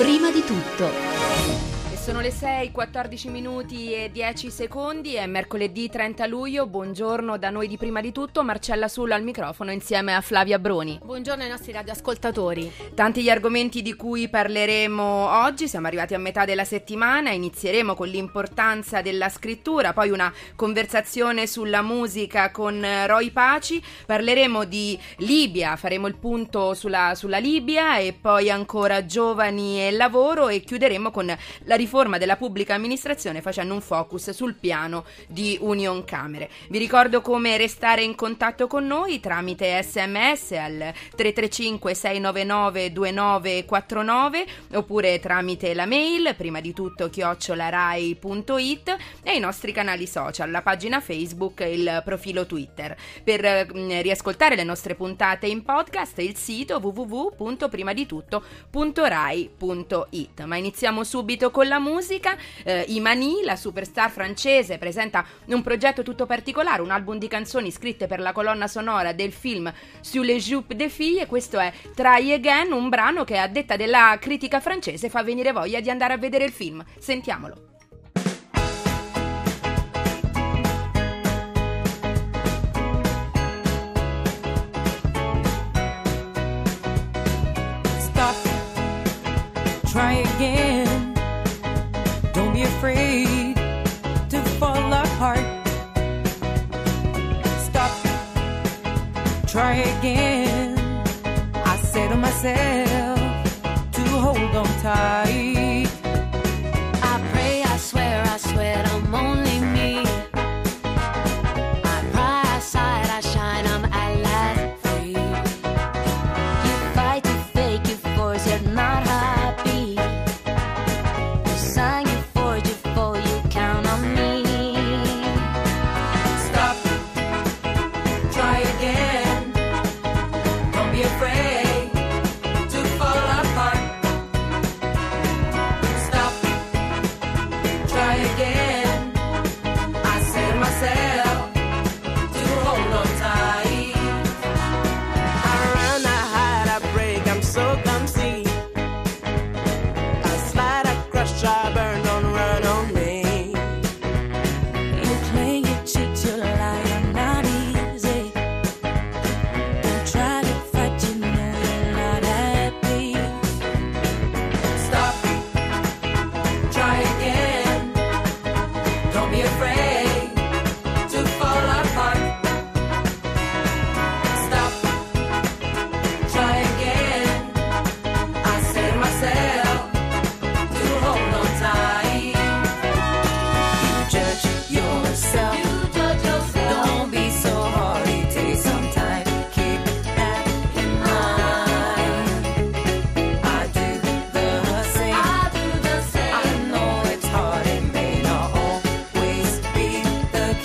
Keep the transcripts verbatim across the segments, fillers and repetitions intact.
Prima di tutto. Sono le sei, quattordici minuti e dieci secondi, è mercoledì trenta luglio, buongiorno da noi di Prima di Tutto, Marcella Sullo al microfono insieme a Flavia Broni. Buongiorno ai nostri radioascoltatori. Tanti gli argomenti di cui parleremo oggi, siamo arrivati a metà della settimana, inizieremo con l'importanza della scrittura, poi una conversazione sulla musica con Roy Paci, parleremo di Libia, faremo il punto sulla, sulla Libia e poi ancora giovani e lavoro e chiuderemo con la riforma riforma della pubblica amministrazione facendo un focus sul piano di Unioncamere. Vi ricordo come restare in contatto con noi tramite sms al tre tre cinque sei nove nove due nove quattro nove oppure tramite la mail prima di tutto chiocciola rai punto it e i nostri canali social, la pagina Facebook e il profilo Twitter. Per eh, riascoltare le nostre puntate in podcast il sito w w w punto prima di tutto punto rai punto it. Ma iniziamo subito con la musica. eh, Imani, la superstar francese, presenta un progetto tutto particolare, un album di canzoni scritte per la colonna sonora del film Sur les jupes des filles, e questo è Try Again, un brano che a detta della critica francese fa venire voglia di andare a vedere il film. Sentiamolo. Stop, try again. Don't be afraid to fall apart. Stop, try again. I say to myself to hold on tight. I pray, I swear, I swear I'm only me. I cry, I sigh, I shine, I'm at last free. You fight, you fake, you force, you're not happy. You sign, you forge, you fall, you count on me. Stop, try again. Don't be afraid to fall apart. Stop, try again. I say to myself to hold on tight. I run, I hide, I break, I'm so clumsy. I slide, I crush, I burn, don't run on me. You play, you cheat, you lie, you're not easy. Don't try to fight, you know you're not happy. Stop, try again. Don't be afraid to fall apart. Stop, try again. I say to myself to hold on tight. You judge yourself. You judge yourself. Don't be so hard. Take some time. Keep that in mind. I do the same. I do the I same. know it's hard. It may not always be the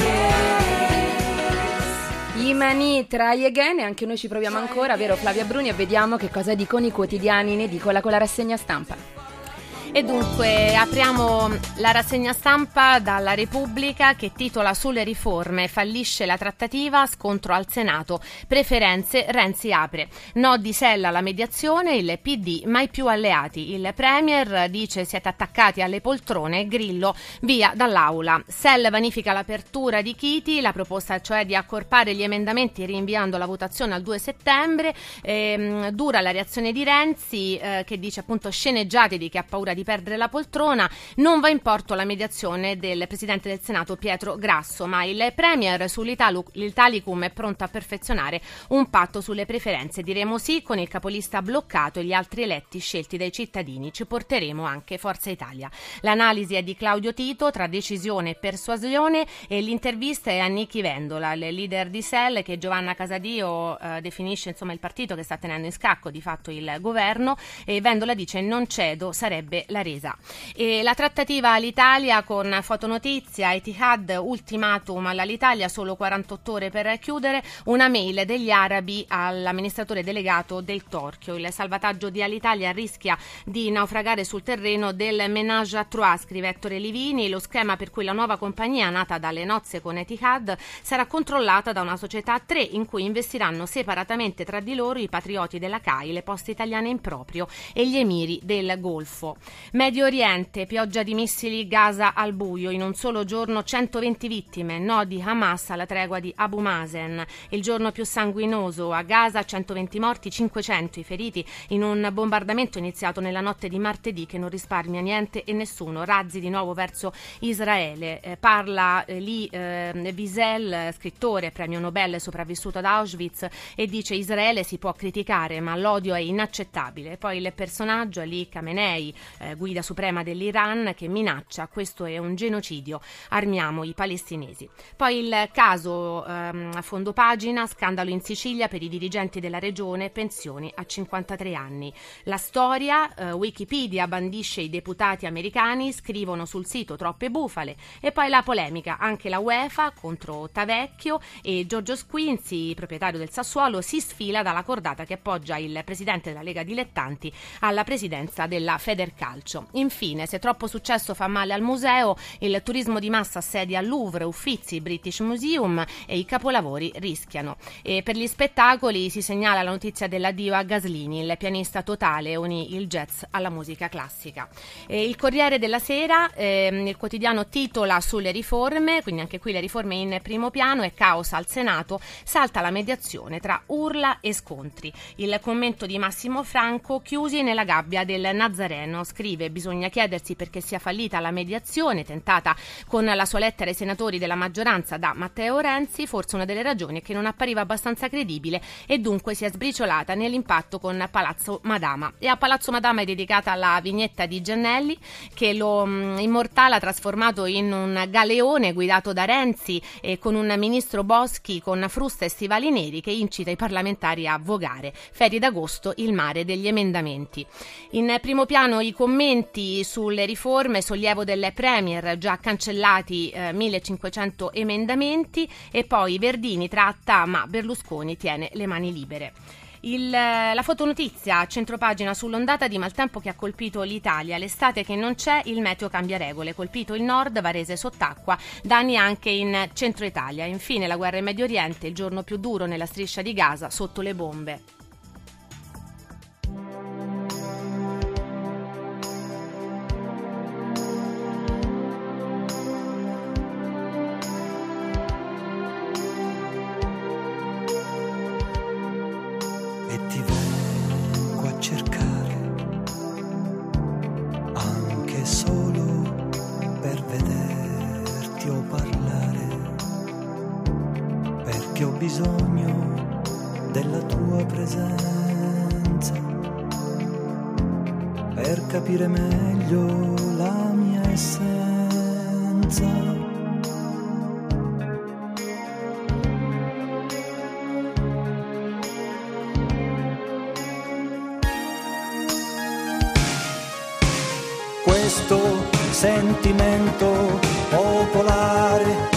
case. Imani, Try Again, e anche noi ci proviamo ancora, vero Flavia Bruni, e vediamo che cosa dicono i quotidiani in edicola con la rassegna stampa. E dunque apriamo la rassegna stampa dalla Repubblica, che titola sulle riforme, fallisce la trattativa, scontro al Senato, preferenze, Renzi apre, no di Sella alla mediazione, il P D mai più alleati, il Premier dice siete attaccati alle poltrone, Grillo via dall'aula, Sell vanifica l'apertura di Chiti, la proposta cioè di accorpare gli emendamenti rinviando la votazione al due settembre, ehm, dura la reazione di Renzi eh, che dice appunto sceneggiate di chi ha paura di di perdere la poltrona, non va in porto la mediazione del Presidente del Senato Pietro Grasso, ma il Premier sull'Italicum è pronto a perfezionare un patto sulle preferenze. Diremo sì con il capolista bloccato e gli altri eletti scelti dai cittadini. Ci porteremo anche Forza Italia. L'analisi è di Claudio Tito tra decisione e persuasione e l'intervista è a Nichi Vendola, il leader di Sell, che Giovanna Casadio eh, definisce insomma il partito che sta tenendo in scacco di fatto il governo, e Vendola dice non cedo, sarebbe la resa. E la trattativa all'Italia con Fotonotizia, Etihad, ultimatum all'Italia, solo quarantotto ore per chiudere, una mail degli arabi all'amministratore delegato del Torchio. Il salvataggio di Alitalia rischia di naufragare sul terreno del ménage à trois, scrive Ettore Livini. Lo schema per cui la nuova compagnia, nata dalle nozze con Etihad, sarà controllata da una società a tre in cui investiranno separatamente tra di loro i patrioti della C A I, le Poste Italiane in proprio e gli emiri del Golfo. Medio Oriente, pioggia di missili, Gaza al buio, in un solo giorno centoventi vittime, no di Hamas alla tregua di Abu Mazen, il giorno più sanguinoso a Gaza, centoventi morti, cinquecento i feriti in un bombardamento iniziato nella notte di martedì che non risparmia niente e nessuno, razzi di nuovo verso Israele. Eh, parla eh, lì eh, Wiesel, scrittore, premio Nobel sopravvissuto ad Auschwitz, e dice: Israele si può criticare ma l'odio è inaccettabile. Poi il personaggio Ali Khamenei, eh, guida suprema dell'Iran, che minaccia: questo è un genocidio, armiamo i palestinesi. Poi il caso ehm, a fondo pagina, scandalo in Sicilia per i dirigenti della regione, pensioni a cinquantatré anni. La storia, eh, Wikipedia bandisce i deputati americani, scrivono sul sito troppe bufale. E poi la polemica, anche la UEFA contro Tavecchio, e Giorgio Squinzi, proprietario del Sassuolo, si sfila dalla cordata che appoggia il presidente della Lega Dilettanti alla presidenza della Federcalcio. Infine, se troppo successo fa male al museo, il turismo di massa assedia Louvre, Uffizi, British Museum e i capolavori rischiano. E per gli spettacoli si segnala la notizia dell'addio a Gaslini, il pianista totale unì il jazz alla musica classica. E il Corriere della Sera, ehm, il quotidiano, titola sulle riforme, quindi anche qui le riforme in primo piano, e caos al Senato, salta la mediazione tra urla e scontri. Il commento di Massimo Franco: chiusi nella gabbia del Nazareno, scrive: bisogna chiedersi perché sia fallita la mediazione tentata con la sua lettera ai senatori della maggioranza da Matteo Renzi. Forse una delle ragioni è che non appariva abbastanza credibile e dunque si è sbriciolata nell'impatto con Palazzo Madama. E a Palazzo Madama è dedicata la vignetta di Giannelli, che lo mh, immortala trasformato in un galeone guidato da Renzi e con un ministro Boschi con frusta e stivali neri che incita i parlamentari a vogare. Ferie d'agosto, il mare degli emendamenti. In primo piano i commenti sulle riforme, sollievo del Premier, già cancellati eh, millecinquecento emendamenti, e poi Verdini tratta ma Berlusconi tiene le mani libere. Il, la fotonotizia, centropagina, sull'ondata di maltempo che ha colpito l'Italia, l'estate che non c'è, il meteo cambia regole, colpito il nord, Varese sott'acqua, danni anche in centro Italia. Infine la guerra in Medio Oriente, il giorno più duro nella striscia di Gaza, sotto le bombe. Ho bisogno della tua presenza per capire meglio la mia essenza. Questo sentimento popolare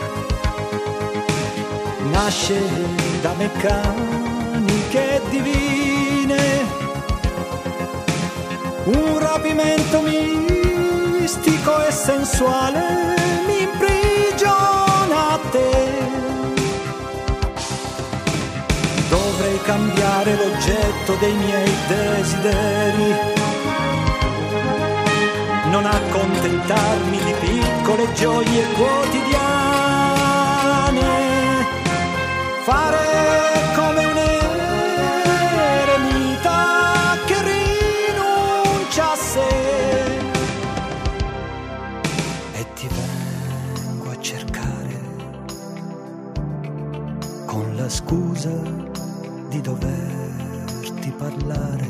nasce da meccaniche divine, un rapimento mistico e sensuale mi imprigiona a te. Dovrei cambiare l'oggetto dei miei desideri, non accontentarmi di piccole gioie quotidiane, fare come un eremita che rinuncia a sé. E ti vengo a cercare con la scusa di doverti parlare,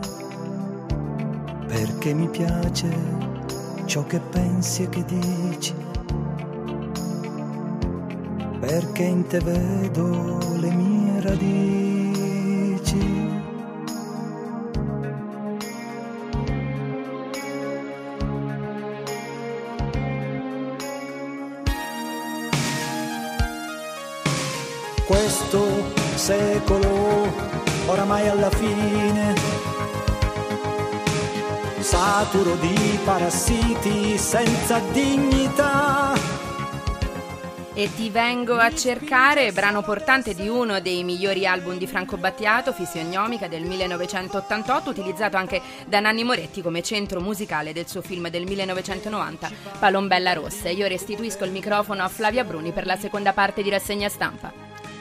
perché mi piace ciò che pensi e che dici, perché in te vedo le mie radici. questo secolo, oramai alla fine, saturo di parassiti senza dignità. E ti vengo a cercare, brano portante di uno dei migliori album di Franco Battiato, Fisionomica del millenovecentottantotto, utilizzato anche da Nanni Moretti come centro musicale del suo film del millenovecentonovanta, Palombella Rossa. Io restituisco il microfono a Flavia Bruni per la seconda parte di Rassegna Stampa.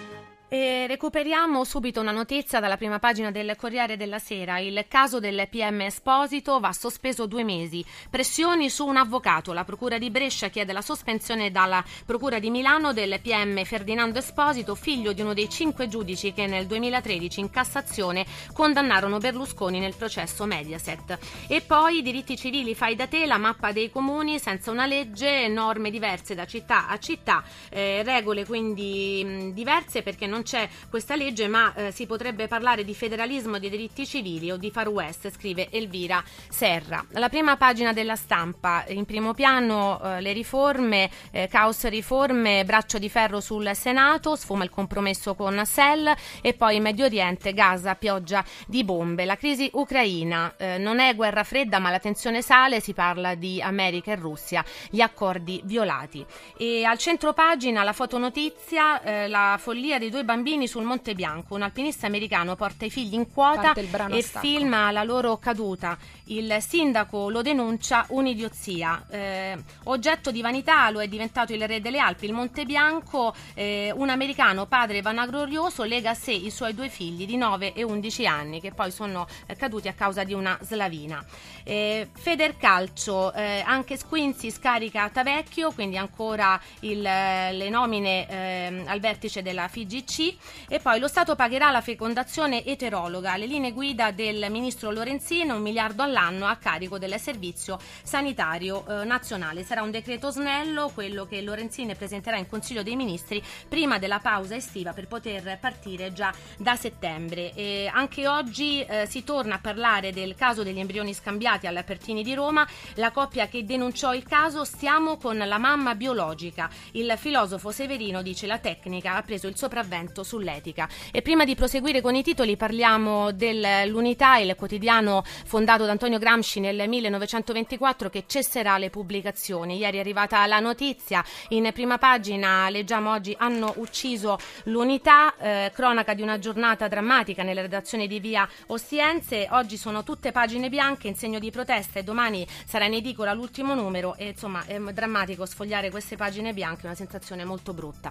E recuperiamo subito una notizia dalla prima pagina del Corriere della Sera. Il caso del P M Esposito va sospeso due mesi. Pressioni su un avvocato. La Procura di Brescia chiede la sospensione dalla Procura di Milano del P M Ferdinando Esposito, figlio di uno dei cinque giudici che nel duemilatredici in Cassazione condannarono Berlusconi nel processo Mediaset. E poi diritti civili fai da te, la mappa dei comuni senza una legge, norme diverse da città a città, eh, regole quindi mh, diverse perché non Non c'è questa legge, ma eh, si potrebbe parlare di federalismo dei diritti civili o di Far West, scrive Elvira Serra. La prima pagina della Stampa, in primo piano eh, le riforme, eh, caos riforme, braccio di ferro sul Senato, sfuma il compromesso con Sel, e poi Medio Oriente, Gaza, pioggia di bombe. La crisi ucraina, eh, non è guerra fredda ma la tensione sale, si parla di America e Russia, gli accordi violati. E al centro pagina la fotonotizia, eh, la follia dei due bambini sul Monte Bianco. Un alpinista americano porta i figli in quota e filma la loro caduta. Il sindaco lo denuncia, un'idiozia. Eh, oggetto di vanità lo è diventato il re delle Alpi, il Monte Bianco. Eh, un americano, padre vanaglorioso, lega a sé i suoi due figli di nove e undici anni che poi sono eh, caduti a causa di una slavina. Eh, Federcalcio, eh, anche Squinzi scarica Tavecchio, quindi ancora il, le nomine eh, al vertice della F I G C. E poi lo Stato pagherà la fecondazione eterologa, le linee guida del ministro Lorenzino, un miliardo all'anno a carico del servizio sanitario eh, nazionale. Sarà un decreto snello, quello che Lorenzino presenterà in Consiglio dei Ministri prima della pausa estiva per poter partire già da settembre. E anche oggi eh, si torna a parlare del caso degli embrioni scambiati alla Pertini di Roma. La coppia che denunciò il caso: stiamo con la mamma biologica. Il filosofo Severino dice la tecnica ha preso il sopravvento sull'etica. E prima di proseguire con i titoli parliamo dell'Unità, il quotidiano fondato da Antonio Gramsci nel millenovecentoventiquattro, che cesserà le pubblicazioni. Ieri è arrivata la notizia, in prima pagina leggiamo oggi: hanno ucciso l'Unità, eh, cronaca di una giornata drammatica nella redazione di Via Ostiense. Oggi sono tutte pagine bianche in segno di protesta e domani sarà in edicola l'ultimo numero e insomma è drammatico sfogliare queste pagine bianche, è una sensazione molto brutta.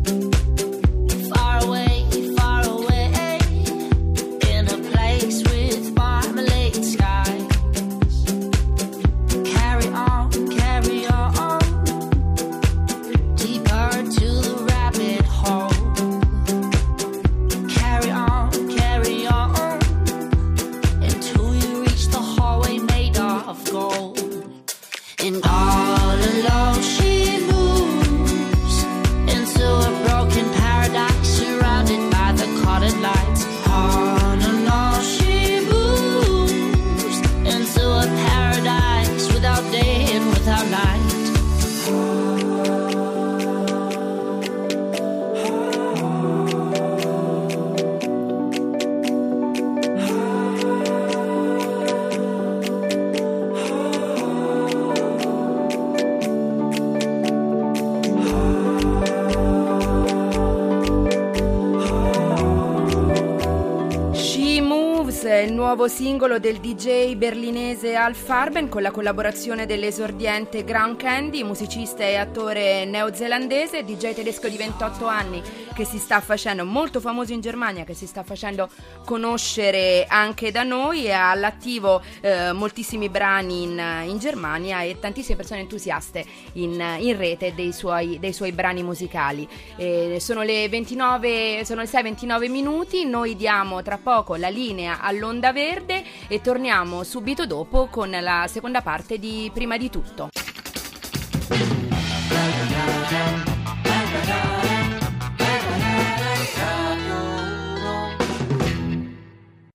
With è il nuovo singolo del D J berlinese Al Farben con la collaborazione dell'esordiente Ground Candy, musicista e attore neozelandese, D J tedesco di ventotto anni che si sta facendo molto famoso in Germania, che si sta facendo conoscere anche da noi, e ha all'attivo eh, moltissimi brani in, in Germania e tantissime persone entusiaste in, in rete dei suoi, dei suoi brani musicali. Eh, sono le ventinove, sono le sei e ventinove minuti, noi diamo tra poco la linea all'Onda Verde e torniamo subito dopo con la seconda parte di Prima di tutto.